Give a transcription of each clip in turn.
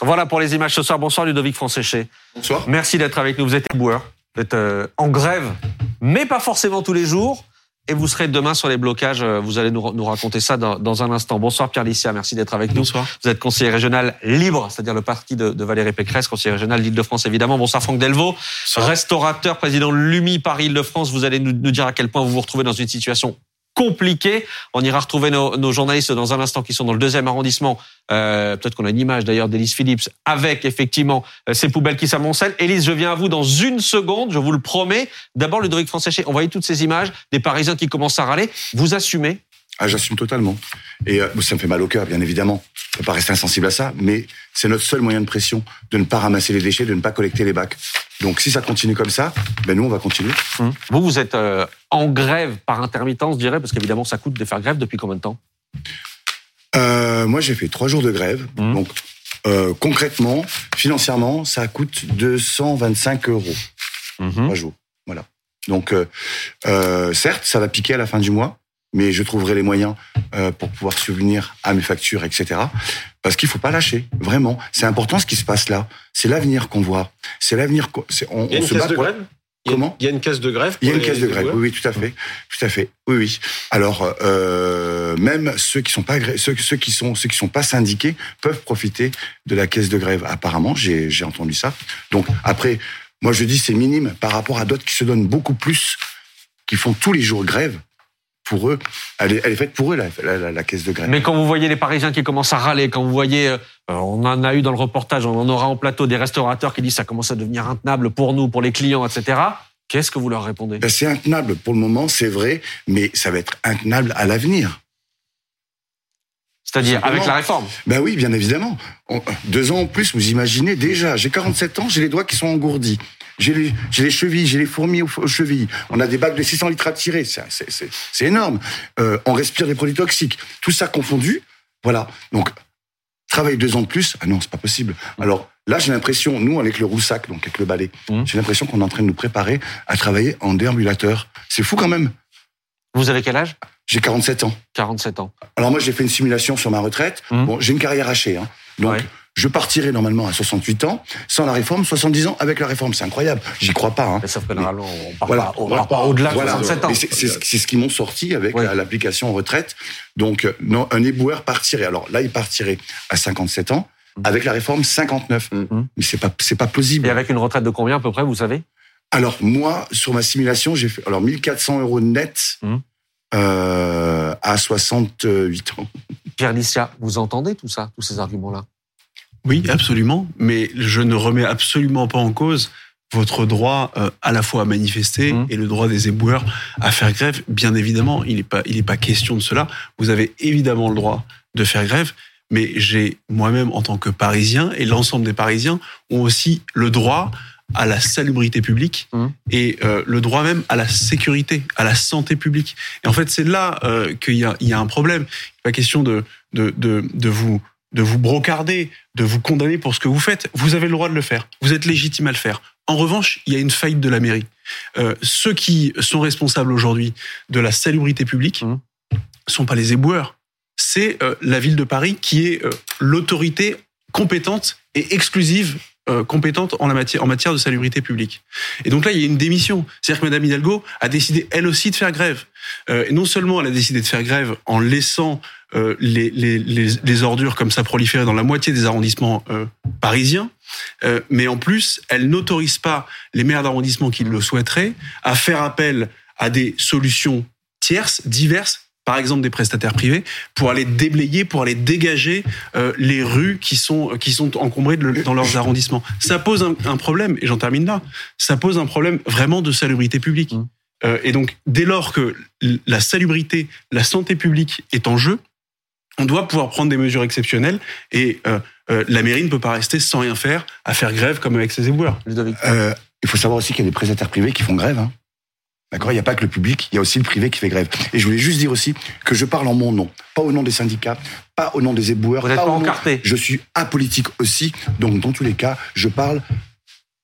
Voilà pour les images ce soir. Bonsoir Ludovic Franc-Séché. Bonsoir. Merci d'être avec nous. Vous êtes éboueur, vous êtes en grève, mais pas forcément tous les jours. Et vous serez demain sur les blocages. Vous allez nous raconter ça dans un instant. Bonsoir Pierre Licia, merci d'être avec nous. Bonsoir. Vous êtes conseiller régional libre, c'est-à-dire le parti de Valérie Pécresse, conseiller régional d'Île-de-France évidemment. Bonsoir Franck Delvaux, restaurateur, président de l'UMI Paris-Île-de-France. Vous allez nous dire à quel point vous vous retrouvez dans une situation compliqué. On ira retrouver nos journalistes dans un instant qui sont dans le 2e arrondissement. Peut-être qu'on a une image d'ailleurs d'Élise Phillips avec effectivement ces poubelles qui s'amoncellent. Élise, je viens à vous dans une seconde, je vous le promets. D'abord, Ludovic Franc-Séché, on voyait toutes ces images des Parisiens qui commencent à râler. Vous assumez ? Ah, j'assume totalement. Et ça me fait mal au cœur, bien évidemment. On peut pas rester insensible à ça, mais c'est notre seul moyen de pression, de ne pas ramasser les déchets, de ne pas collecter les bacs. Donc si ça continue comme ça, nous on va continuer. Vous êtes en grève par intermittence, je dirais, parce qu'évidemment ça coûte de faire grève depuis combien de temps ? Moi j'ai fait 3 jours de grève, donc concrètement, financièrement, ça coûte 225 €. 3 jours, voilà. Donc certes, ça va piquer à la fin du mois, mais je trouverai les moyens pour pouvoir subvenir à mes factures, etc. Parce qu'il faut pas lâcher, vraiment. C'est important ce qui se passe là. C'est l'avenir qu'on voit. C'est l'avenir. Il y a une caisse de grève ? Comment ? Il y a une caisse de grève ? Il y a une caisse de grève, oui, tout à fait. Tout à fait, oui. Alors, même ceux qui sont pas syndiqués peuvent profiter de la caisse de grève. Apparemment, j'ai entendu ça. Donc, après, moi je dis c'est minime par rapport à d'autres qui se donnent beaucoup plus, qui font tous les jours grève. Pour eux, elle est faite pour eux, la caisse de grève. Mais quand vous voyez les Parisiens qui commencent à râler, quand vous voyez, on en a eu dans le reportage, on en aura en plateau, des restaurateurs qui disent ça commence à devenir intenable pour nous, pour les clients, etc. Qu'est-ce que vous leur répondez ? C'est intenable pour le moment, c'est vrai, mais ça va être intenable à l'avenir. C'est-à-dire avec la réforme ? Oui, bien évidemment. 2 ans en plus, vous imaginez déjà, j'ai 47 ans, j'ai les doigts qui sont engourdis. J'ai les chevilles, j'ai les fourmis aux chevilles. On a des bacs de 600 litres à tirer, c'est énorme. On respire des produits toxiques. Tout ça confondu, voilà. Donc, travailler 2 ans de plus, ah non, c'est pas possible. Alors là, j'ai l'impression, nous, avec le roussac, donc avec le balai, j'ai l'impression qu'on est en train de nous préparer à travailler en déambulateur. C'est fou quand même. Vous avez quel âge ? J'ai 47 ans. 47 ans. Alors moi, j'ai fait une simulation sur ma retraite. Bon, j'ai une carrière hachée, hein. Donc, je partirai normalement à 68 ans, sans la réforme, 70 ans avec la réforme. C'est incroyable. J'y crois pas, hein. Mais sauf que normalement, on part pas au-delà de 67 ans. Mais c'est ce qu'ils m'ont sorti avec l'application retraite. Donc, non, un éboueur partirait. Alors là, il partirait à 57 ans, avec la réforme 59. Mais c'est pas plausible. Et avec une retraite de combien à peu près, vous savez ? Alors moi, sur ma simulation, j'ai fait 1400 € net à 68 ans. Pierre Licia, vous entendez tout ça, tous ces arguments-là ? Oui, absolument, mais je ne remets absolument pas en cause votre droit à la fois à manifester et le droit des éboueurs à faire grève. Bien évidemment, il n'est pas question de cela. Vous avez évidemment le droit de faire grève, mais j'ai moi-même, en tant que Parisien, et l'ensemble des Parisiens, ont aussi le droit à la salubrité publique et le droit même à la sécurité, à la santé publique. Et en fait, c'est là qu'il y a un problème. Il n'est pas question de vous brocarder, de vous condamner pour ce que vous faites. Vous avez le droit de le faire. Vous êtes légitime à le faire. En revanche, il y a une faillite de la mairie. Ceux qui sont responsables aujourd'hui de la salubrité publique ne sont pas les éboueurs. C'est la ville de Paris qui est l'autorité compétente et exclusive compétente en matière de salubrité publique. Et donc là, il y a une démission. C'est-à-dire que Madame Hidalgo a décidé, elle aussi, de faire grève. Et non seulement elle a décidé de faire grève en laissant les ordures comme ça proliférer dans la moitié des arrondissements parisiens, mais en plus, elle n'autorise pas les maires d'arrondissement qui le souhaiteraient à faire appel à des solutions tierces, diverses, par exemple des prestataires privés, pour aller déblayer, pour aller dégager les rues qui sont encombrées dans leurs arrondissements. Ça pose un problème, et j'en termine là, ça pose un problème vraiment de salubrité publique. Et donc, dès lors que la salubrité, la santé publique est en jeu, on doit pouvoir prendre des mesures exceptionnelles, et la mairie ne peut pas rester sans rien faire, à faire grève comme avec ses éboueurs. Il faut savoir aussi qu'il y a des prestataires privés qui font grève, hein. D'accord, il n'y a pas que le public, il y a aussi le privé qui fait grève. Et je voulais juste dire aussi que je parle en mon nom, pas au nom des syndicats, pas au nom des éboueurs. Vous n'êtes pas encarté. Je suis apolitique aussi, donc dans tous les cas, je parle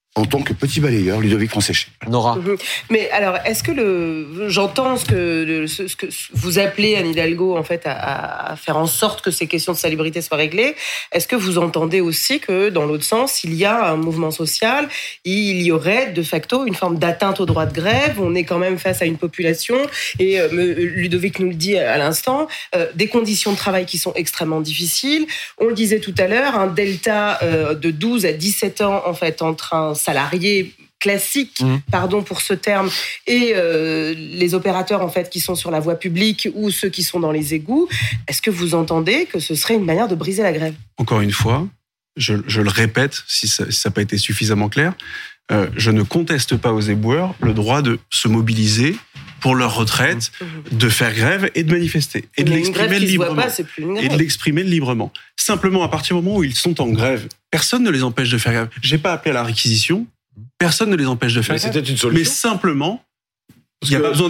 en tant que petit balayeur, Ludovic Franc-Séché. Nora. Mais alors, est-ce que j'entends ce que vous appelez Anne Hidalgo en fait à faire en sorte que ces questions de salubrité soient réglées. Est-ce que vous entendez aussi que dans l'autre sens, il y a un mouvement social, il y aurait de facto une forme d'atteinte au droit de grève. On est quand même face à une population et Ludovic nous le dit à l'instant, des conditions de travail qui sont extrêmement difficiles. On le disait tout à l'heure, un delta de 12 à 17 ans en fait entre un salariés classiques, pardon pour ce terme, et les opérateurs en fait qui sont sur la voie publique ou ceux qui sont dans les égouts. Est-ce que vous entendez que ce serait une manière de briser la grève ? Encore une fois, je le répète, si ça n'a pas été suffisamment clair, je ne conteste pas aux éboueurs le droit de se mobiliser pour leur retraite, de faire grève et de manifester. Et de l'exprimer librement. Et de l'exprimer librement. Simplement, à partir du moment où ils sont en grève, personne ne les empêche de faire grève. J'ai pas appelé à la réquisition. Personne ne les empêche de faire grève. C'était une solution. Mais simplement, il n'y a pas besoin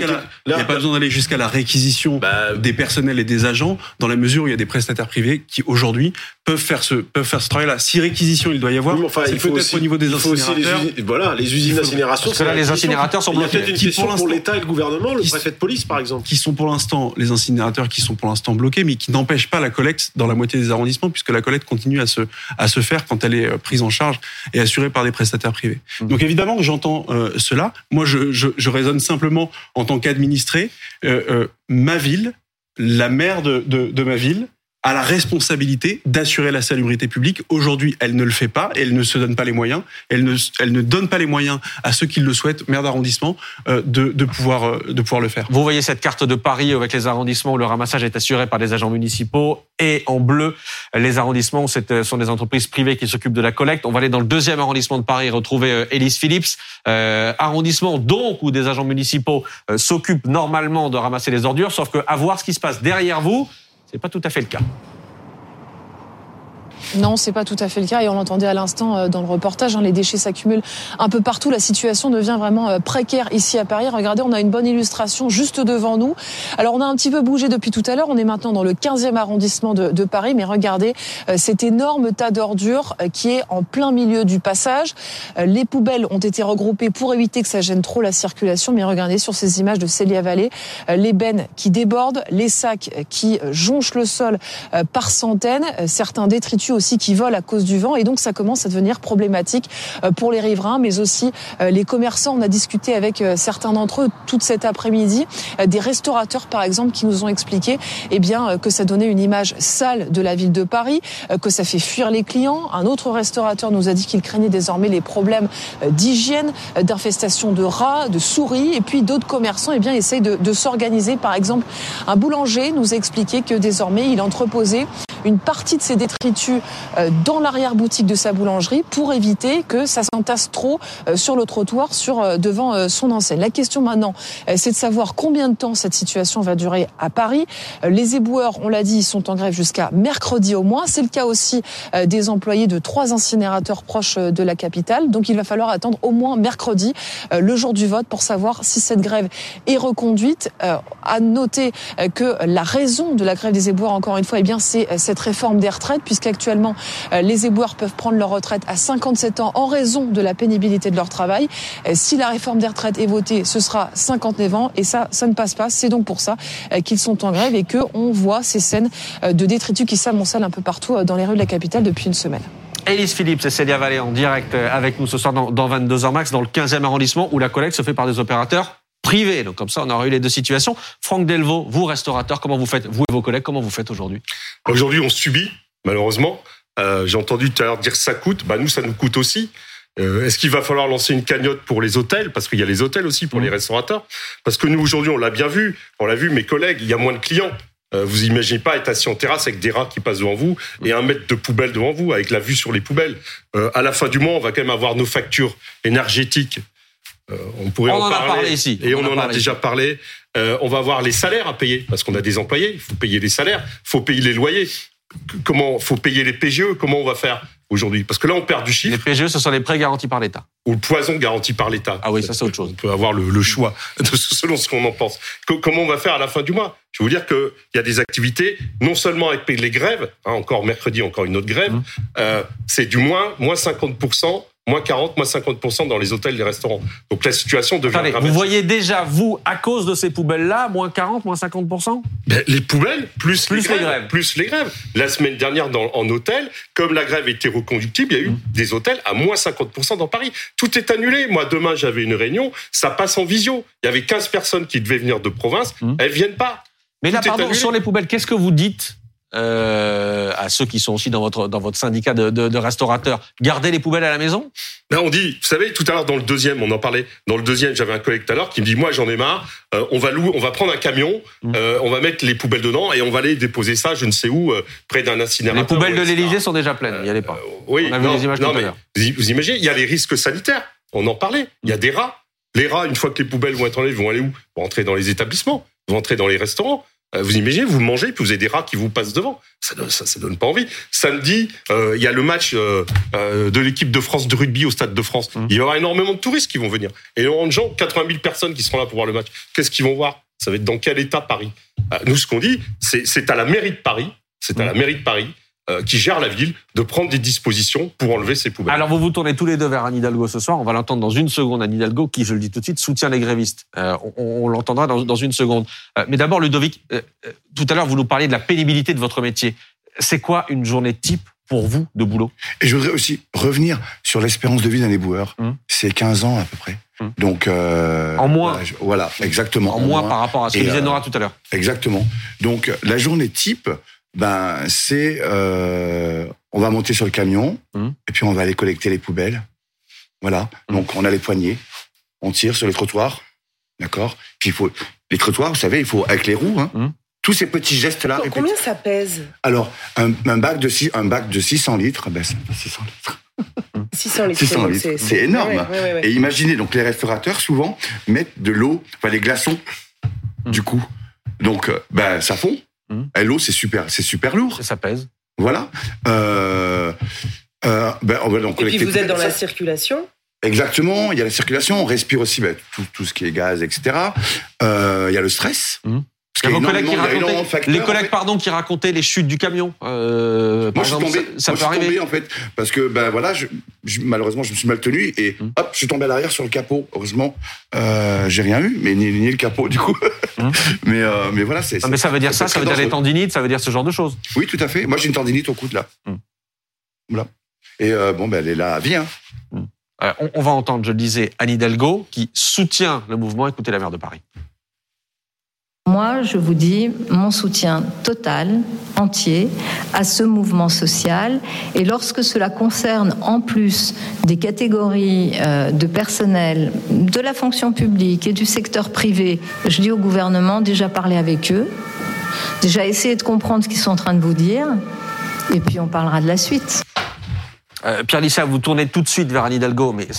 d'aller jusqu'à la réquisition des personnels et des agents, dans la mesure où il y a des prestataires privés qui, aujourd'hui, peuvent faire ce travail-là. Si réquisition il doit y avoir, c'est peut-être aussi, au niveau des incinérateurs. Les usines d'incinération. Parce que là, les incinérateurs sont bloqués. Il y a peut-être une question pour l'État et le gouvernement, le préfet de police, par exemple. Qui sont pour l'instant, les incinérateurs qui sont pour l'instant bloqués, mais qui n'empêchent pas la collecte dans la moitié des arrondissements, puisque la collecte continue à se faire quand elle est prise en charge et assurée par des prestataires privés. Donc évidemment que j'entends cela. Moi, je raisonne simplement en tant qu'administré. Ma ville, la maire de ma ville, a la responsabilité d'assurer la salubrité publique. Aujourd'hui, elle ne le fait pas et elle ne se donne pas les moyens. Elle ne donne pas les moyens à ceux qui le souhaitent, maire d'arrondissement, de pouvoir le faire. Vous voyez cette carte de Paris avec les arrondissements où le ramassage est assuré par des agents municipaux et en bleu, les arrondissements où ce sont des entreprises privées qui s'occupent de la collecte. On va aller dans le 2e arrondissement de Paris retrouver Élise Phillips. Arrondissement donc où des agents municipaux s'occupent normalement de ramasser les ordures, sauf que à voir ce qui se passe derrière vous, c'est pas tout à fait le cas. Non, c'est pas tout à fait le cas et on l'entendait à l'instant dans le reportage, les déchets s'accumulent un peu partout, la situation devient vraiment précaire ici à Paris. Regardez, on a une bonne illustration juste devant nous. Alors on a un petit peu bougé depuis tout à l'heure, on est maintenant dans le 15e arrondissement de Paris, mais regardez cet énorme tas d'ordures qui est en plein milieu du passage. Les poubelles ont été regroupées pour éviter que ça gêne trop la circulation, mais regardez sur ces images de Célia-Vallée, les bennes qui débordent, les sacs qui jonchent le sol par centaines, certains détritus aussi qui volent à cause du vent et donc ça commence à devenir problématique pour les riverains mais aussi les commerçants. On a discuté avec certains d'entre eux toute cet après-midi, des restaurateurs par exemple qui nous ont expliqué que ça donnait une image sale de la ville de Paris, que ça fait fuir les clients. Un autre restaurateur nous a dit qu'il craignait désormais les problèmes d'hygiène, d'infestation de rats, de souris et puis d'autres commerçants essayent de s'organiser. Par exemple, un boulanger nous a expliqué que désormais il entreposait une partie de ces détritus dans l'arrière-boutique de sa boulangerie pour éviter que ça s'entasse trop sur le trottoir, devant son enseigne. La question maintenant, c'est de savoir combien de temps cette situation va durer à Paris. Les éboueurs, on l'a dit, ils sont en grève jusqu'à mercredi au moins. C'est le cas aussi des employés de 3 incinérateurs proches de la capitale. Donc il va falloir attendre au moins mercredi, le jour du vote, pour savoir si cette grève est reconduite. À noter que la raison de la grève des éboueurs, encore une fois, c'est cette réforme des retraites, puisqu'actuellement, les éboueurs peuvent prendre leur retraite à 57 ans en raison de la pénibilité de leur travail. Si la réforme des retraites est votée, ce sera 59 ans et ça ne passe pas. C'est donc pour ça qu'ils sont en grève et qu'on voit ces scènes de détritus qui s'amoncellent un peu partout dans les rues de la capitale depuis une semaine. Élise Phillips et Célia Vallée en direct avec nous ce soir dans 22h max dans le 15e arrondissement où la collecte se fait par des opérateurs privés. Donc comme ça, on aura eu les deux situations. Franck Delvaux, vous, restaurateur, comment vous faites, vous et vos collègues, comment vous faites aujourd'hui ? Aujourd'hui, on subit, malheureusement. J'ai entendu tout à l'heure dire ça coûte. Nous, ça nous coûte aussi. Est-ce qu'il va falloir lancer une cagnotte pour les hôtels ? Parce qu'il y a les hôtels aussi pour les restaurateurs. Parce que nous, aujourd'hui, on l'a bien vu. On l'a vu, mes collègues, il y a moins de clients. Vous imaginez pas être assis en terrasse avec des rats qui passent devant vous et 1 mètre de poubelle devant vous, avec la vue sur les poubelles. À la fin du mois, on va quand même avoir nos factures énergétiques. On pourrait en parler ici. Et on en a déjà parlé. On va avoir les salaires à payer, parce qu'on a des employés. Il faut payer les salaires. Il faut payer les loyers. Comment faut payer les PGE ? Comment on va faire aujourd'hui ? Parce que là, on perd du chiffre. Les PGE, ce sont les prêts garantis par l'État. Ou le poison garanti par l'État. Ah oui, ça c'est autre chose. On peut avoir le choix selon ce qu'on en pense. Comment on va faire à la fin du mois ? Je veux vous dire qu'il y a des activités, non seulement avec les grèves, encore mercredi, encore une autre grève, c'est du moins 50%, moins 40, moins 50% dans les hôtels, les restaurants. Donc la situation devient Attendez, dramatique. vous voyez déjà, vous, à cause de ces poubelles-là, moins 40, moins 50%? Les poubelles, plus les grèves. grèves. Plus les grèves. La semaine dernière, en hôtel, comme la grève était reconductible, il y a eu des hôtels à moins 50% dans Paris. Tout est annulé. Moi, demain, j'avais une réunion, ça passe en visio. Il y avait 15 personnes qui devaient venir de province, elles viennent pas. Mais là, Tout est pardon, annulé. sur les poubelles, qu'est-ce que vous dites à ceux qui sont aussi dans votre syndicat de restaurateurs? Gardez les poubelles à la maison? Là, on dit, vous savez, tout à l'heure, dans le deuxième, on en parlait, dans le deuxième, j'avais un collègue tout à l'heure qui me dit, moi, j'en ai marre, on va prendre un camion, on va mettre les poubelles dedans et on va aller déposer ça, je ne sais où, près d'un incinérateur. Les poubelles de etc. l'Élysée sont déjà pleines, n'y allez pas. Oui, On a vu les images tout à mais l'heure. vous imaginez, il y a les risques sanitaires. On en parlait. Il y a des rats. Les rats, une fois que les poubelles vont être enlevées, vont aller où? Vont entrer dans les établissements, vont entrer dans les restaurants. Vous imaginez, vous mangez, puis vous avez des rats qui vous passent devant. Ça donne pas envie. Samedi, il y a le match de l'équipe de France de rugby au Stade de France. Il y aura énormément de touristes qui vont venir. Et énormément de gens, 80 000 personnes qui seront là pour voir le match. Qu'est-ce qu'ils vont voir? Ça va être dans quel état Paris? Nous, ce qu'on dit, c'est à la mairie de Paris. C'est à la mairie de Paris qui gère la ville de prendre des dispositions pour enlever ces poubelles. Alors vous vous tournez tous les deux vers Anne Hidalgo ce soir. On va l'entendre dans une seconde. Anne Hidalgo, qui, je le dis tout de suite, soutient les grévistes. On l'entendra dans une seconde. Mais d'abord, Ludovic, tout à l'heure, vous nous parliez de la pénibilité de votre métier. C'est quoi une journée type pour vous de boulot? Et je voudrais aussi revenir sur l'espérance de vie d'un éboueur. C'est 15 ans à peu près. Donc en moins. Voilà, exactement. En moins par rapport à ce que disait Nora tout à l'heure. Exactement. Donc la journée type, c'est on va monter sur le camion et puis on va aller collecter les poubelles. Voilà. Donc on a les poignées, on tire sur les trottoirs, d'accord. Puis les trottoirs, vous savez, il faut avec les roues. Tous ces petits gestes-là. Combien ça pèse? Alors un bac de 600 litres, ça fait 600 litres. 600 litres. 600 litres, c'est énorme. Ouais. Et imaginez, donc les restaurateurs souvent mettent de l'eau, les glaçons, du coup. Donc, ça fond. Et l'eau, c'est super lourd. Et ça pèse. Voilà. On va donc collecter. Et puis vous êtes dans la circulation. Exactement. Il y a la circulation. On respire aussi tout ce qui est gaz, etc. Il y a le stress. Il y a vos collègues qui racontaient les chutes du camion. Moi, je suis tombé. Ça peut arriver en fait, parce que malheureusement, je me suis mal tenu et hop, je suis tombé à l'arrière sur le capot. Heureusement, j'ai rien eu, mais ni le capot du coup. mais voilà, c'est. Mais ça veut dire ça veut dire les tendinites, ça veut dire ce genre de choses. Oui, tout à fait. Moi, j'ai une tendinite au coude là. Voilà. Et elle est là à vie. On va entendre, je le disais, Anne Hidalgo qui soutient le mouvement. Écoutez la maire de Paris. Moi, je vous dis mon soutien total, entier, à ce mouvement social. Et lorsque cela concerne en plus des catégories de personnel de la fonction publique et du secteur privé, je dis au gouvernement, déjà parler avec eux, déjà essayer de comprendre ce qu'ils sont en train de vous dire, et puis on parlera de la suite. Pierre Lissa, vous tournez tout de suite vers Anne Hidalgo, mais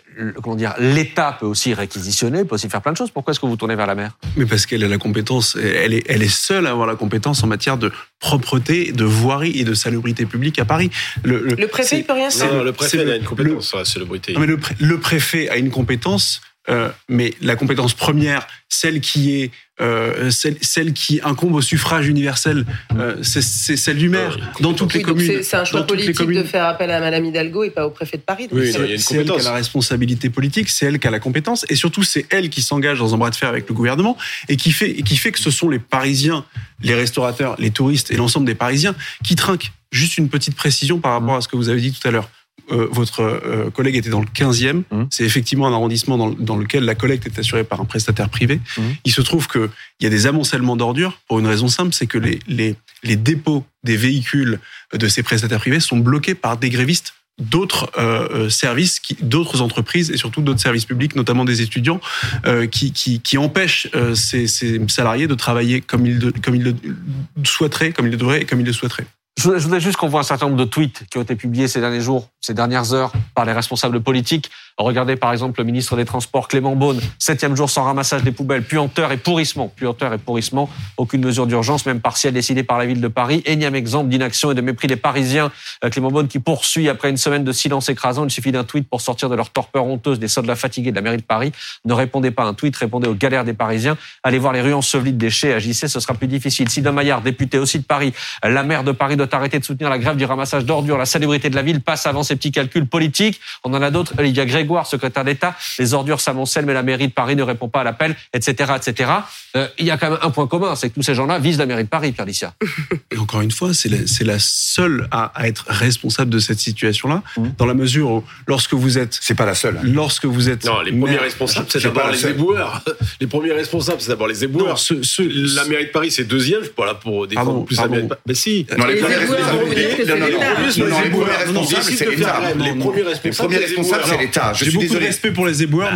l'État peut aussi réquisitionner, peut aussi faire plein de choses. Pourquoi est-ce que vous tournez vers la maire? Mais parce qu'elle a la compétence, elle est seule à avoir la compétence en matière de propreté, de voirie et de salubrité publique à Paris. Le préfet, il peut rien faire. Non, le préfet a une compétence sur la salubrité. Mais le préfet a une compétence, mais la compétence première, celle qui incombe au suffrage universel, c'est celle du maire dans toutes les communes. C'est un choix politique de faire appel à Madame Hidalgo et pas au préfet de Paris. Oui, il y a une c'est elle qui a la responsabilité politique, c'est elle qui a la compétence, et surtout c'est elle qui s'engage dans un bras de fer avec le gouvernement et qui fait que ce sont les Parisiens, les restaurateurs, les touristes et l'ensemble des Parisiens qui trinquent. Juste une petite précision par rapport à ce que vous avez dit tout à l'heure. Votre collègue était dans le 15e. C'est effectivement un arrondissement dans lequel la collecte est assurée par un prestataire privé. Il se trouve qu'il y a des amoncellements d'ordures pour une raison simple, c'est que les dépôts des véhicules de ces prestataires privés sont bloqués par des grévistes d'autres services, d'autres entreprises et surtout d'autres services publics, notamment des étudiants, qui empêchent ces salariés de travailler comme ils le souhaiteraient, comme ils le devraient et comme ils le souhaiteraient. Je voudrais juste qu'on voit un certain nombre de tweets qui ont été publiés ces derniers jours, ces dernières heures, par les responsables politiques. Regardez par exemple le ministre des Transports, Clément Beaune, 7e jour sans ramassage des poubelles, puanteur et pourrissement. Aucune mesure d'urgence, même partielle, décidée par la ville de Paris. Énième exemple d'inaction et de mépris des Parisiens. Clément Beaune qui poursuit après une semaine de silence écrasant. Il suffit d'un tweet pour sortir de leur torpeur honteuse des soldats fatigués de la mairie de Paris. Ne répondez pas à un tweet, répondez aux galères des Parisiens. Allez voir les rues ensevelies de déchets, agissez, ce sera plus difficile. Sylvain Maillard, député aussi de Paris, la maire de Paris doit doit arrêter de soutenir la grève du ramassage d'ordures. La salubrité de la ville passe avant ces petits calculs politiques. On en a d'autres. Olivia Grégoire, secrétaire d'État. Les ordures s'amoncellent, mais la mairie de Paris ne répond pas à l'appel, etc., etc. Il y a quand même un point commun, c'est que tous ces gens-là visent la mairie de Paris, Pierre Licia. Et encore une fois, c'est la seule à être responsable de cette situation-là, dans la mesure où, lorsque vous êtes... C'est pas la seule. Lorsque vous êtes... Non, les premiers responsables, c'est d'abord les éboueurs. Les premiers responsables, c'est d'abord les éboueurs. La mairie de Paris, c'est deuxième. Je suis pas là pour défendre plus la mairie de Paris. Mais si. Non, les premiers responsables, c'est l'État. Les premiers responsables, c'est l'État. J'ai beaucoup de respect pour les éboueurs,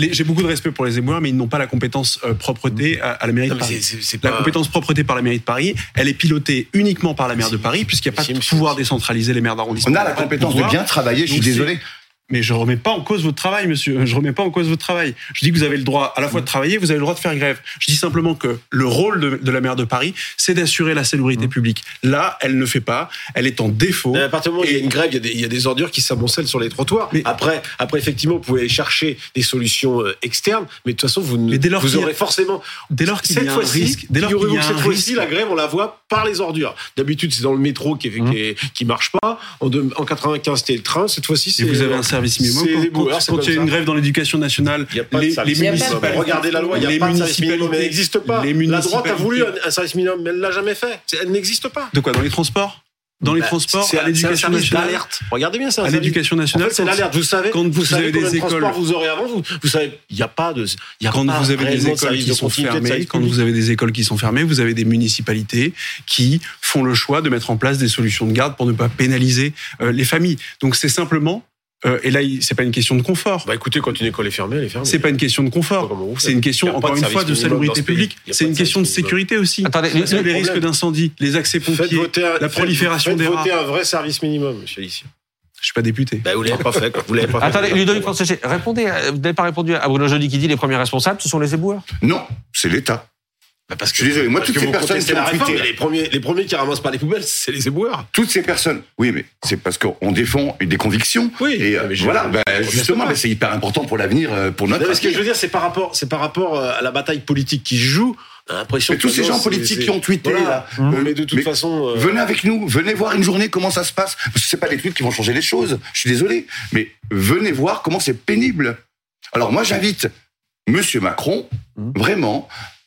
mais ils n'ont pas la compétence propreté à la mairie de Paris. La compétence propreté par la mairie de Paris, elle est pilotée uniquement par la maire de Paris, puisqu'il n'y a pas de pouvoir décentralisé les maires d'arrondissement. On a la compétence de bien travailler, je suis désolé. Mais je remets pas en cause votre travail, monsieur. Je remets pas en cause votre travail. Je dis que vous avez le droit à la fois de travailler, vous avez le droit de faire grève. Je dis simplement que le rôle de la maire de Paris, c'est d'assurer la salubrité publique. Là, elle ne fait pas. Elle est en défaut. À partir du moment où il y a une grève, il y a des ordures qui s'amoncellent sur les trottoirs. Mais après, effectivement, vous pouvez aller chercher des solutions externes, mais de toute façon, vous aurez forcément. Dès lors qu'il y a un risque, cette fois-ci, la grève, on la voit par les ordures. D'habitude, c'est dans le métro qui marche pas. En 95, c'était le train. Cette fois-ci, c'est. Vous avez un service minimum. Quand il y a une grève dans l'éducation nationale, les municipalités. Regardez la loi, il n'y a pas de service minimum. Elle n'existe pas. La droite a voulu un service minimum, mais elle ne l'a jamais fait. Elle n'existe pas. De quoi ? Dans les transports ? Dans les transports, à l'éducation nationale. D'alerte. Regardez bien ça. À l'éducation nationale, en fait, c'est l'alerte. Vous savez, quand vous avez des écoles, vous aurez avant. Vous savez, il n'y a pas de. Quand vous avez des écoles qui sont fermées, quand vous avez des écoles qui sont fermées, vous avez des municipalités qui font le choix de mettre en place des solutions de garde pour ne pas pénaliser les familles. Donc c'est simplement. Et là, c'est pas une question de confort. Bah écoutez, quand une école est fermée, elle est fermée. C'est pas une question de confort. C'est une question, encore une fois, de salubrité publique. C'est une question de sécurité aussi. Attendez, les risques d'incendie, les accès pompiers, la prolifération des rats. Faites voter un vrai service minimum, monsieur Licia. Je suis pas député. Bah, vous l'avez pas fait. Attendez, Ludovic Franck-Séché, répondez. Vous n'avez pas répondu à Bruno Jeudi qui dit les premiers responsables, ce sont les éboueurs. Non, c'est l'État. Parce que je suis désolé, moi toutes ces personnes qui ont tweeté, les premiers qui ramassent pas les poubelles, c'est les éboueurs. Toutes ces personnes, oui, mais c'est parce qu'on défend des convictions. Oui. Et voilà, justement, c'est hyper important pour l'avenir, pour notre. Ce que je veux dire, c'est par rapport à la bataille politique qui se joue. Mais tous ces gens politiques qui ont tweeté là, mais de toute façon, venez avec nous, venez voir une journée comment ça se passe. Parce que c'est pas les tweets qui vont changer les choses. Je suis désolé, mais venez voir comment c'est pénible. Alors moi, j'invite Monsieur Macron, vraiment.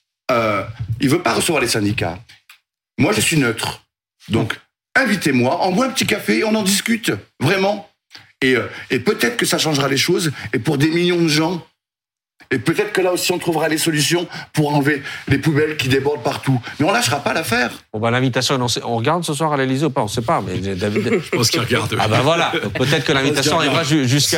Il veut pas recevoir les syndicats. Moi, je suis neutre. Donc, invitez-moi, on boit un petit café, on en discute, vraiment. Et peut-être que ça changera les choses, et pour des millions de gens. Et peut-être que là aussi, on trouvera les solutions pour enlever les poubelles qui débordent partout. Mais on lâchera pas l'affaire. Bon, bah, l'invitation, on regarde ce soir à l'Élysée ou pas? On sait pas, mais David. Je pense qu'il regarde. Ah, bah voilà. Donc, peut-être que l'invitation arrivera jusqu'à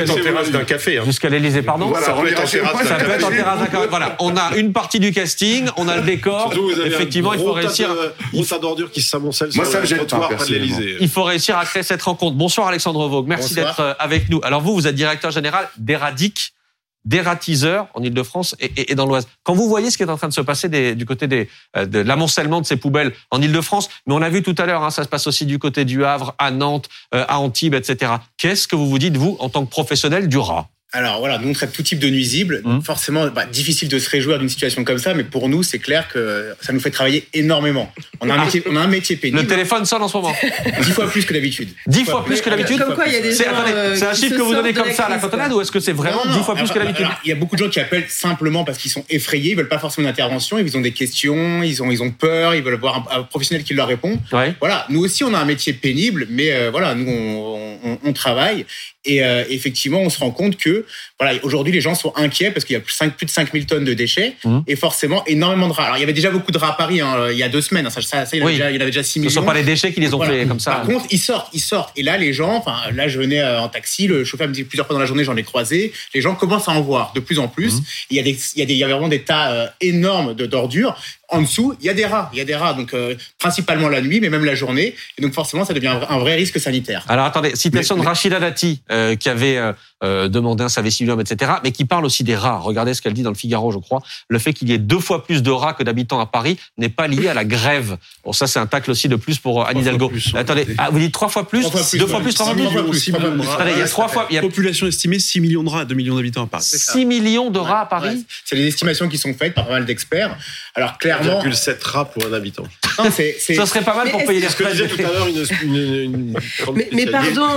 l'Élysée, pardon. Voilà, ça peut être en terrasse d'un café. Voilà. On a une partie du casting, on a le décor. Effectivement, il faut réussir. Une tas d'ordures qui s'amoncellent sur le trottoir près de l'Élysée. Il faut réussir à créer cette rencontre. Bonsoir, Alexandre Vogue. Merci d'être avec nous. Alors, vous êtes directeur général d'Eradic, dératiseurs en Ile-de-France et dans l'Oise. Quand vous voyez ce qui est en train de se passer du côté de l'amoncellement de ces poubelles en Ile-de-France, mais on a vu tout à l'heure, ça se passe aussi du côté du Havre, à Nantes, à Antibes, etc. Qu'est-ce que vous dites, vous, en tant que professionnel du rat? Alors voilà, nous on traite tout type de nuisibles. Forcément, difficile de se réjouir d'une situation comme ça, mais pour nous, c'est clair que ça nous fait travailler énormément. On a un métier pénible. Le téléphone sonne en ce moment. 10 fois plus que d'habitude. 10 fois plus que d'habitude. Comme quoi, il y a des gens. C'est un chiffre que vous donnez comme ça à la cantonade ou est-ce que c'est vraiment 10 fois plus que d'habitude? Il y a beaucoup de gens qui appellent simplement parce qu'ils sont effrayés, ils veulent pas forcément une intervention, ils ont des questions, ils ont peur, ils veulent voir un professionnel qui leur répond. Ouais. Voilà, nous aussi on a un métier pénible, mais voilà, nous on travaille. Et effectivement, on se rend compte que voilà, aujourd'hui, les gens sont inquiets parce qu'il y a plus de 5000 tonnes de déchets et forcément énormément de rats. Alors, il y avait déjà beaucoup de rats à Paris il y a 2 semaines. Il y en avait déjà 6 millions. Ce ne sont pas les déchets qui les ont fait comme ça. Par contre, ils sortent. Et là, les gens, là, je venais en taxi, le chauffeur me dit plusieurs fois dans la journée, j'en ai croisé. Les gens commencent à en voir de plus en plus. Il y a vraiment des tas énormes d'ordures. En dessous, il y a des rats, donc principalement la nuit, mais même la journée. Et donc forcément, ça devient un vrai risque sanitaire. Alors attendez, citation de Rachida Dati, qui avait demandé un service minimum, etc., mais qui parle aussi des rats. Regardez ce qu'elle dit dans le Figaro, je crois. Le fait qu'il y ait 2 fois plus de rats que d'habitants à Paris n'est pas lié à la grève. Bon, ça, c'est un tacle aussi de plus pour Anne Hidalgo. Attendez, vous dites 3 fois plus, 2 fois plus, 3 fois plus. Attendez, il y a 3 fois. Population estimée 6 millions de rats, 2 millions d'habitants à Paris. 6 millions de rats à Paris. C'est les estimations qui sont faites par pas mal d'experts. Alors clairement. clairement 1,7 rats pour un habitant. Non, ça serait pas mal pour payer les Ce que disait tout à l'heure mais pardon,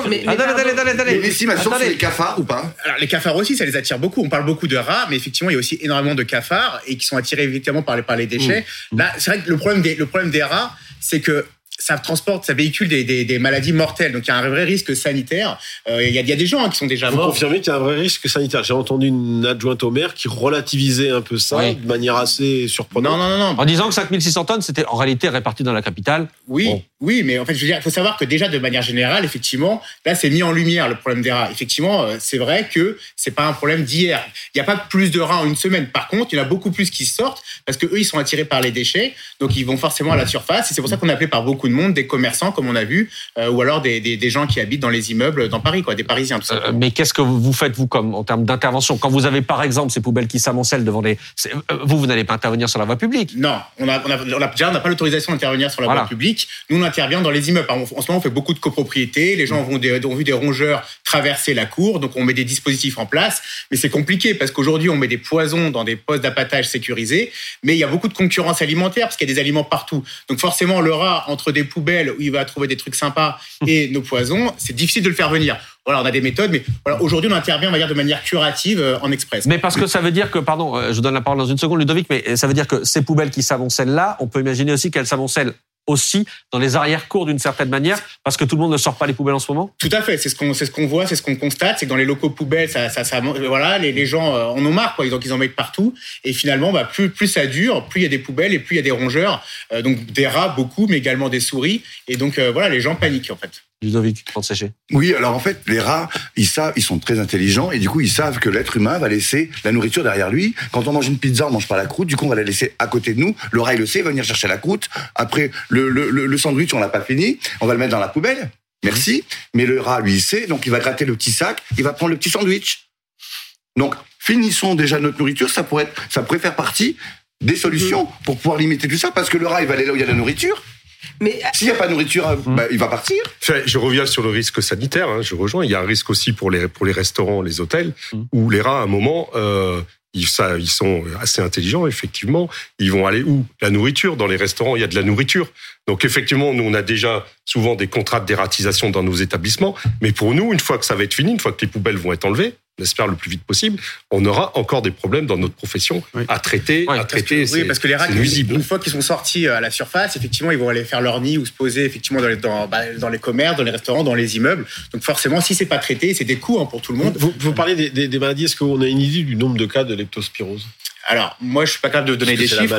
Une estimation sur les cafards ou pas? Alors les cafards aussi, ça les attire beaucoup. On parle beaucoup de rats, mais effectivement, il y a aussi énormément de cafards et qui sont attirés évidemment par les déchets. Là, c'est vrai que le problème des rats, c'est que ça véhicule des maladies mortelles. Donc il y a un vrai risque sanitaire. Il y a des gens qui sont déjà morts. Vous confirmez qu'il y a un vrai risque sanitaire? J'ai entendu une adjointe au maire qui relativisait un peu ça de manière assez surprenante. Non. En disant que 5600 tonnes, c'était en réalité réparti dans la capitale. Oui, mais en fait, je veux dire, il faut savoir que déjà, de manière générale, effectivement, là, c'est mis en lumière le problème des rats. Effectivement, c'est vrai que c'est pas un problème d'hier. Il n'y a pas plus de rats en une semaine. Par contre, il y en a beaucoup plus qui sortent parce que eux, ils sont attirés par les déchets, donc ils vont forcément à la surface. Et c'est pour ça qu'on a appelé par beaucoup de monde des commerçants, comme on a vu, ou alors des gens qui habitent dans les immeubles dans Paris, des Parisiens. Tout ça. Mais qu'est-ce que vous faites, vous, en termes d'intervention? Quand vous avez, par exemple, ces poubelles qui s'amoncellent devant vous n'allez pas intervenir sur la voie publique? Non, on n'a pas l'autorisation d'intervenir sur la voie publique. Nous, on intervient dans les immeubles. En ce moment, on fait beaucoup de copropriétés. Les gens ont vu des rongeurs traverser la cour, donc on met des dispositifs en place. Mais c'est compliqué parce qu'aujourd'hui, on met des poisons dans des postes d'abattage sécurisés. Mais il y a beaucoup de concurrence alimentaire parce qu'il y a des aliments partout. Donc forcément, le rat, entre des poubelles où il va trouver des trucs sympas et nos poisons, c'est difficile de le faire venir. Voilà, on a des méthodes, mais voilà, aujourd'hui, on intervient, on va dire, de manière curative en express. Mais parce que ça veut dire que, pardon, je vous donne la parole dans une seconde, Ludovic, mais ça veut dire que ces poubelles qui s'amoncellent là, on peut imaginer aussi qu'elles s'amoncellent aussi dans les arrière-cours d'une certaine manière, parce que tout le monde ne sort pas les poubelles en ce moment? Tout à fait, c'est ce qu'on voit, c'est ce qu'on constate, c'est que dans les locaux poubelles, voilà, les gens en ont marre, donc ils en mettent partout, et finalement, plus ça dure, plus il y a des poubelles et plus il y a des rongeurs, donc des rats beaucoup, mais également des souris, et donc voilà, les gens paniquent en fait. Ludovic, pour te sécher. Oui, alors en fait, les rats, ils sont très intelligents et du coup, ils savent que l'être humain va laisser la nourriture derrière lui. Quand on mange une pizza, on mange pas la croûte, du coup, on va la laisser à côté de nous. Le rat, il le sait, il va venir chercher la croûte. Après, le sandwich, on l'a pas fini, on va le mettre dans la poubelle. Merci. Mais le rat, lui, il sait, donc il va gratter le petit sac, il va prendre le petit sandwich. Donc, finissons déjà notre nourriture, ça pourrait faire partie des solutions pour pouvoir limiter tout ça, parce que le rat, il va aller là où il y a la nourriture. Mais s'il n'y a pas de nourriture, il va partir. Je reviens sur le risque sanitaire. Je rejoins. Il y a un risque aussi pour les restaurants, les hôtels, où les rats, à un moment, ils sont assez intelligents. Effectivement, ils vont aller où? La nourriture. Dans les restaurants, il y a de la nourriture. Donc effectivement, nous, on a déjà souvent des contrats de dératisation dans nos établissements. Mais pour nous, une fois que ça va être fini, une fois que les poubelles vont être enlevées, on espère le plus vite possible, on aura encore des problèmes dans notre profession à traiter. Parce que les rats, une fois qu'ils sont sortis à la surface, effectivement, ils vont aller faire leur nid ou se poser effectivement dans les commerces, dans les restaurants, dans les immeubles. Donc forcément, si c'est pas traité, c'est des coûts pour tout le monde. Vous parlez des maladies. Est-ce qu'on a une idée du nombre de cas de leptospirose? Alors, moi, je suis pas capable de donner des chiffres,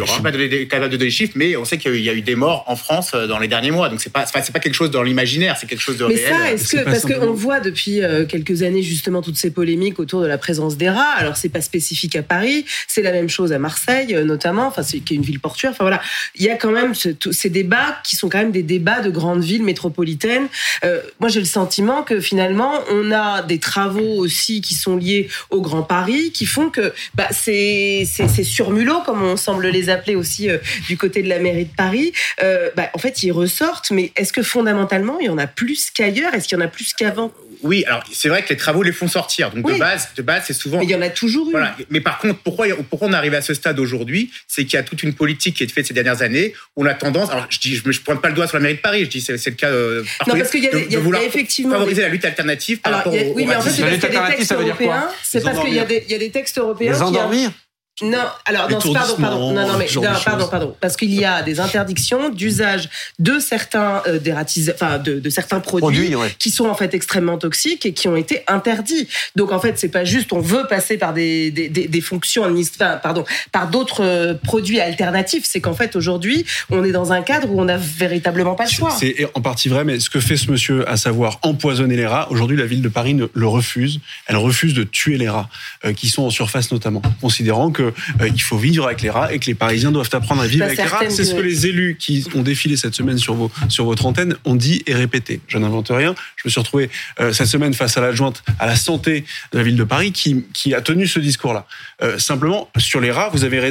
mais on sait qu'il y a eu des morts en France dans les derniers mois. Donc, c'est pas quelque chose dans l'imaginaire, c'est quelque chose de réel. Mais ça, parce qu'on voit depuis quelques années, justement, toutes ces polémiques autour de la présence des rats. Alors, c'est pas spécifique à Paris. C'est la même chose à Marseille, notamment. Qui est une ville portuaire. Voilà. Il y a quand même ces débats qui sont quand même des débats de grandes villes métropolitaines. Moi, j'ai le sentiment que finalement, on a des travaux aussi qui sont liés au Grand Paris, qui font que, c'est surmulot, comme on semble les appeler aussi du côté de la mairie de Paris. En fait, ils ressortent, mais est-ce que fondamentalement, il y en a plus qu'ailleurs? Est-ce qu'il y en a plus qu'avant? Oui, alors c'est vrai que les travaux les font sortir. Donc de base, c'est souvent. Mais il y en a toujours eu. Voilà. Mais par contre, pourquoi on arrive à ce stade aujourd'hui? C'est qu'il y a toute une politique qui est faite ces dernières années. On a tendance. Alors je pointe pas le doigt sur la mairie de Paris. Je dis c'est le cas. Non, parce qu'il y a effectivement favoriser la lutte alternative. Par rapport oui, mais en fait, c'est parce qu'il y a des textes européens. C'est parce qu'il y a des textes européens. Les endormir. Non, alors non, pardon, parce qu'il y a des interdictions d'usage de certains de certains produits qui sont en fait extrêmement toxiques et qui ont été interdits. Donc en fait, c'est pas juste on veut passer par des fonctions par d'autres produits alternatifs, c'est qu'en fait aujourd'hui, on est dans un cadre où on n'a véritablement pas le choix. C'est en partie vrai, mais ce que fait ce monsieur, à savoir empoisonner les rats, aujourd'hui la ville de Paris le refuse. Elle refuse de tuer les rats qui sont en surface notamment, considérant que il faut vivre avec les rats et que les Parisiens doivent apprendre à vivre avec les rats. C'est ce que les élus qui ont défilé cette semaine sur votre antenne ont dit et répété. Je n'invente rien. Je me suis retrouvé cette semaine face à l'adjointe à la santé de la ville de Paris qui a tenu ce discours-là. Simplement, sur les rats, vous avez raison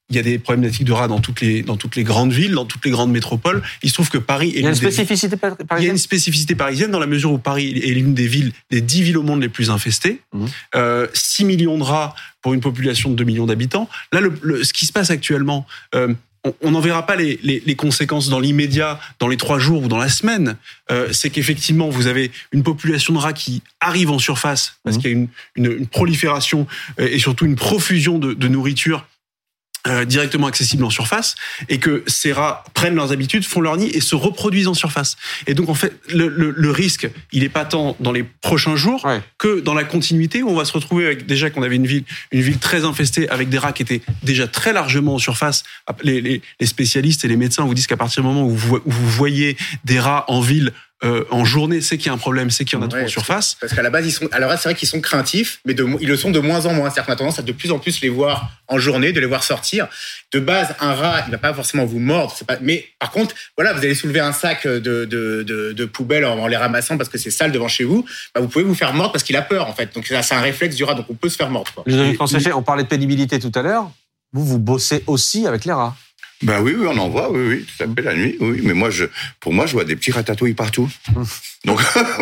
il y a des problématiques de rats dans toutes les grandes villes, dans toutes les grandes métropoles. Il se trouve que Paris est il y a une spécificité parisienne. Il y a une spécificité parisienne dans la mesure où Paris est l'une des 10 villes au monde les plus infestées. 6 millions de rats pour une population de 2 millions d'habitants. Là, ce qui se passe actuellement, on n'en verra pas les conséquences dans l'immédiat, dans les 3 jours ou dans la semaine. C'est qu'effectivement, vous avez une population de rats qui arrive en surface parce qu'il y a une prolifération et surtout une profusion de nourriture directement accessible en surface, et que ces rats prennent leurs habitudes, font leur nid et se reproduisent en surface. Et donc en fait, le risque, il est pas tant dans les prochains jours que dans la continuité, où on va se retrouver avec, déjà qu'on avait une ville très infestée avec des rats qui étaient déjà très largement en surface. Les spécialistes et les médecins vous disent qu'à partir du moment où vous voyez des rats en ville en journée, c'est qu'il y a un problème, c'est qu'il y en a trop en surface. Parce qu'à la base, c'est vrai qu'ils sont craintifs, mais ils le sont de moins en moins. C'est-à-dire qu'on a tendance à de plus en plus les voir en journée, de les voir sortir. De base, un rat, il va pas forcément vous mordre. Mais par contre, voilà, vous allez soulever un sac de poubelle en les ramassant parce que c'est sale devant chez vous. Bah, vous pouvez vous faire mordre parce qu'il a peur, en fait. Donc c'est un réflexe du rat, donc on peut se faire mordre. On parlait de pénibilité tout à l'heure. Vous bossez aussi avec les rats. Ben oui, on en voit, oui, tout à fait, la nuit, oui. Mais pour moi, je vois des petits ratatouilles partout. Donc.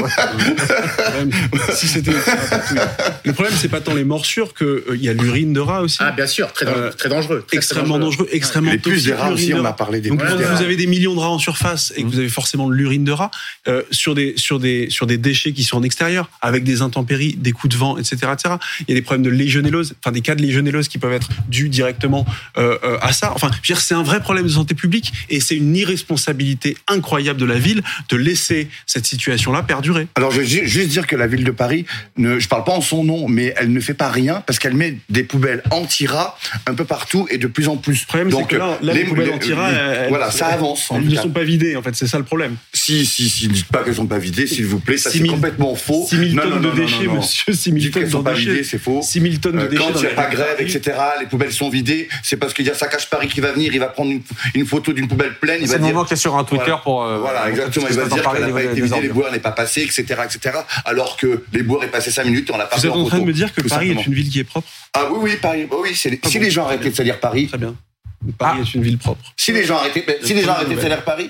Si c'était des petits ratatouilles. Le problème, c'est pas tant les morsures qu'il y a l'urine de rat aussi. Ah, bien sûr, très dangereux. Extrêmement dangereux, extrêmement toxique. Les plus des rats aussi, on m'a parlé des Donc, plus quand des rats. vous avez des millions de rats en surface et que vous avez forcément de l'urine de rat, sur des déchets qui sont en extérieur, avec des intempéries, des coups de vent, etc., etc. Il y a des problèmes de légionellose, des cas de légionellose qui peuvent être dus directement à ça. Enfin, je veux dire, c'est un vrai problème de santé publique et c'est une irresponsabilité incroyable de la ville de laisser cette situation-là perdurer. Alors, je veux juste dire que la ville de Paris, je parle pas en son nom, mais elle ne fait pas rien parce qu'elle met des poubelles anti-rats un peu partout et de plus en plus. Le problème, c'est que là, les poubelles anti-rats, ça avance. Elles ne sont pas vidées, en fait, c'est ça le problème. Si, dites pas qu'elles sont pas vidées, s'il vous plaît, ça c'est complètement faux. 6 000 tonnes de déchets, monsieur, 6 000 tonnes de déchets. C'est faux. 6 000 tonnes de déchets. Quand il n'y a pas grève, etc., les poubelles sont vidées, c'est parce qu'il y a Saccage Paris qui va venir, il va prendre une photo d'une poubelle pleine, il va dire... C'est le moment qu'il y a sur un Twitter pour... Voilà, exactement, il va dire qu'elle n'a pas été vidée, les boueurs n'est pas passé, etc., alors que les boueurs est passé 5 minutes et on l'a pas fait en photo. Vous êtes en train de me dire que Paris est une ville qui est propre ? Ah oui, Paris, oui, si les gens arrêtaient de salir Paris... Très bien. Paris est une ville propre. Si les gens arrêtaient de salir Paris...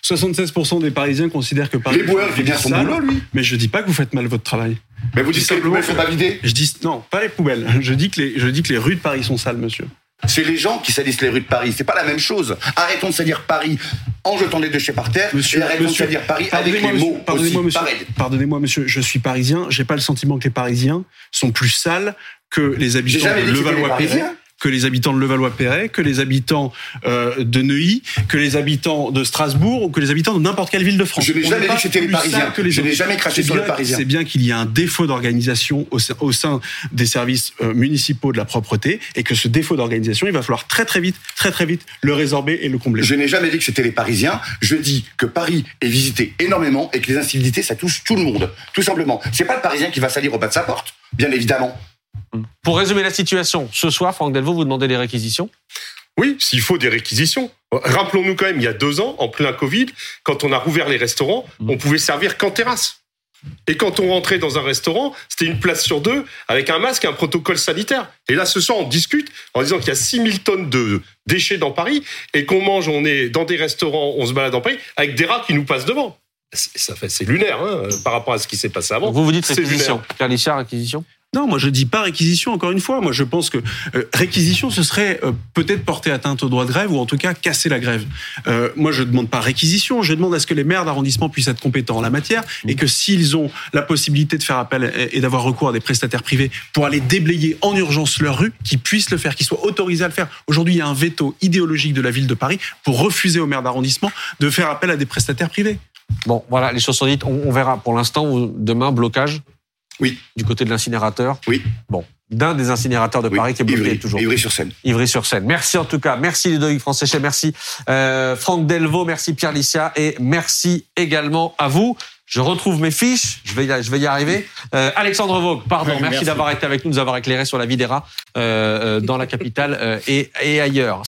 76% des Parisiens considèrent que Paris... Les boueurs, il fait bien son boulot, lui. Mais je dis pas que vous faites mal votre travail. Mais vous dites que les poubelles sont pas vidées ? Je dis non, pas les poubelles. Je dis que les rues de Paris sont sales, monsieur. C'est les gens qui salissent les rues de Paris. C'est pas la même chose. Arrêtons de salir Paris en jetant des déchets par terre et arrêtons de salir Paris avec les mots aussi. Pardonnez-moi, monsieur, je suis parisien. J'ai pas le sentiment que les Parisiens sont plus sales que les habitants de Levallois-Perret. Que les habitants de Levallois-Perret, que les habitants de Neuilly, que les habitants de Strasbourg ou que les habitants de n'importe quelle ville de France. Je n'ai jamais dit que c'était les Parisiens. Je n'ai jamais craché sur les Parisiens. C'est bien qu'il y a un défaut d'organisation au sein des services municipaux de la propreté et que ce défaut d'organisation, il va falloir très vite le résorber et le combler. Je n'ai jamais dit que c'était les Parisiens. Je dis que Paris est visité énormément et que les incivilités, ça touche tout le monde. Tout simplement. C'est pas le Parisien qui va salir au bas de sa porte, bien évidemment. Pour résumer la situation, ce soir, Franck Delvaux, vous demandez des réquisitions ? Oui, s'il faut des réquisitions. Rappelons-nous quand même, il y a 2 ans, en plein Covid, quand on a rouvert les restaurants, on pouvait servir qu'en terrasse. Et quand on rentrait dans un restaurant, c'était une place sur 2 avec un masque et un protocole sanitaire. Et là, ce soir, on discute en disant qu'il y a 6 000 tonnes de déchets dans Paris et qu'on mange, on est dans des restaurants, on se balade dans Paris avec des rats qui nous passent devant. C'est lunaire par rapport à ce qui s'est passé avant. Vous dites réquisition. Pierre Lichard, réquisition ? Non, moi je dis pas réquisition, encore une fois. Moi je pense que réquisition, ce serait peut-être porter atteinte au droit de grève ou en tout cas casser la grève. Moi je demande pas réquisition, je demande à ce que les maires d'arrondissement puissent être compétents en la matière et que s'ils ont la possibilité de faire appel et d'avoir recours à des prestataires privés pour aller déblayer en urgence leur rue, qu'ils puissent le faire, qu'ils soient autorisés à le faire. Aujourd'hui, il y a un veto idéologique de la ville de Paris pour refuser aux maires d'arrondissement de faire appel à des prestataires privés. Bon, voilà, les choses sont dites. On verra. Pour l'instant, demain, blocage. Oui. Du côté de l'incinérateur. Oui. Bon, d'un des incinérateurs de Paris qui est bloqué toujours. Ivry-sur-Seine. Ivry-sur-Seine. Merci en tout cas. Merci Ludovic Francéchet. Merci Franck Delvaux. Merci Pierre Lichard. Et merci également à vous. Je retrouve mes fiches. Je vais y arriver. Alexandre Vogue, pardon. Merci d'avoir été avec nous, nous avoir éclairé sur la vie des rats dans la capitale et ailleurs.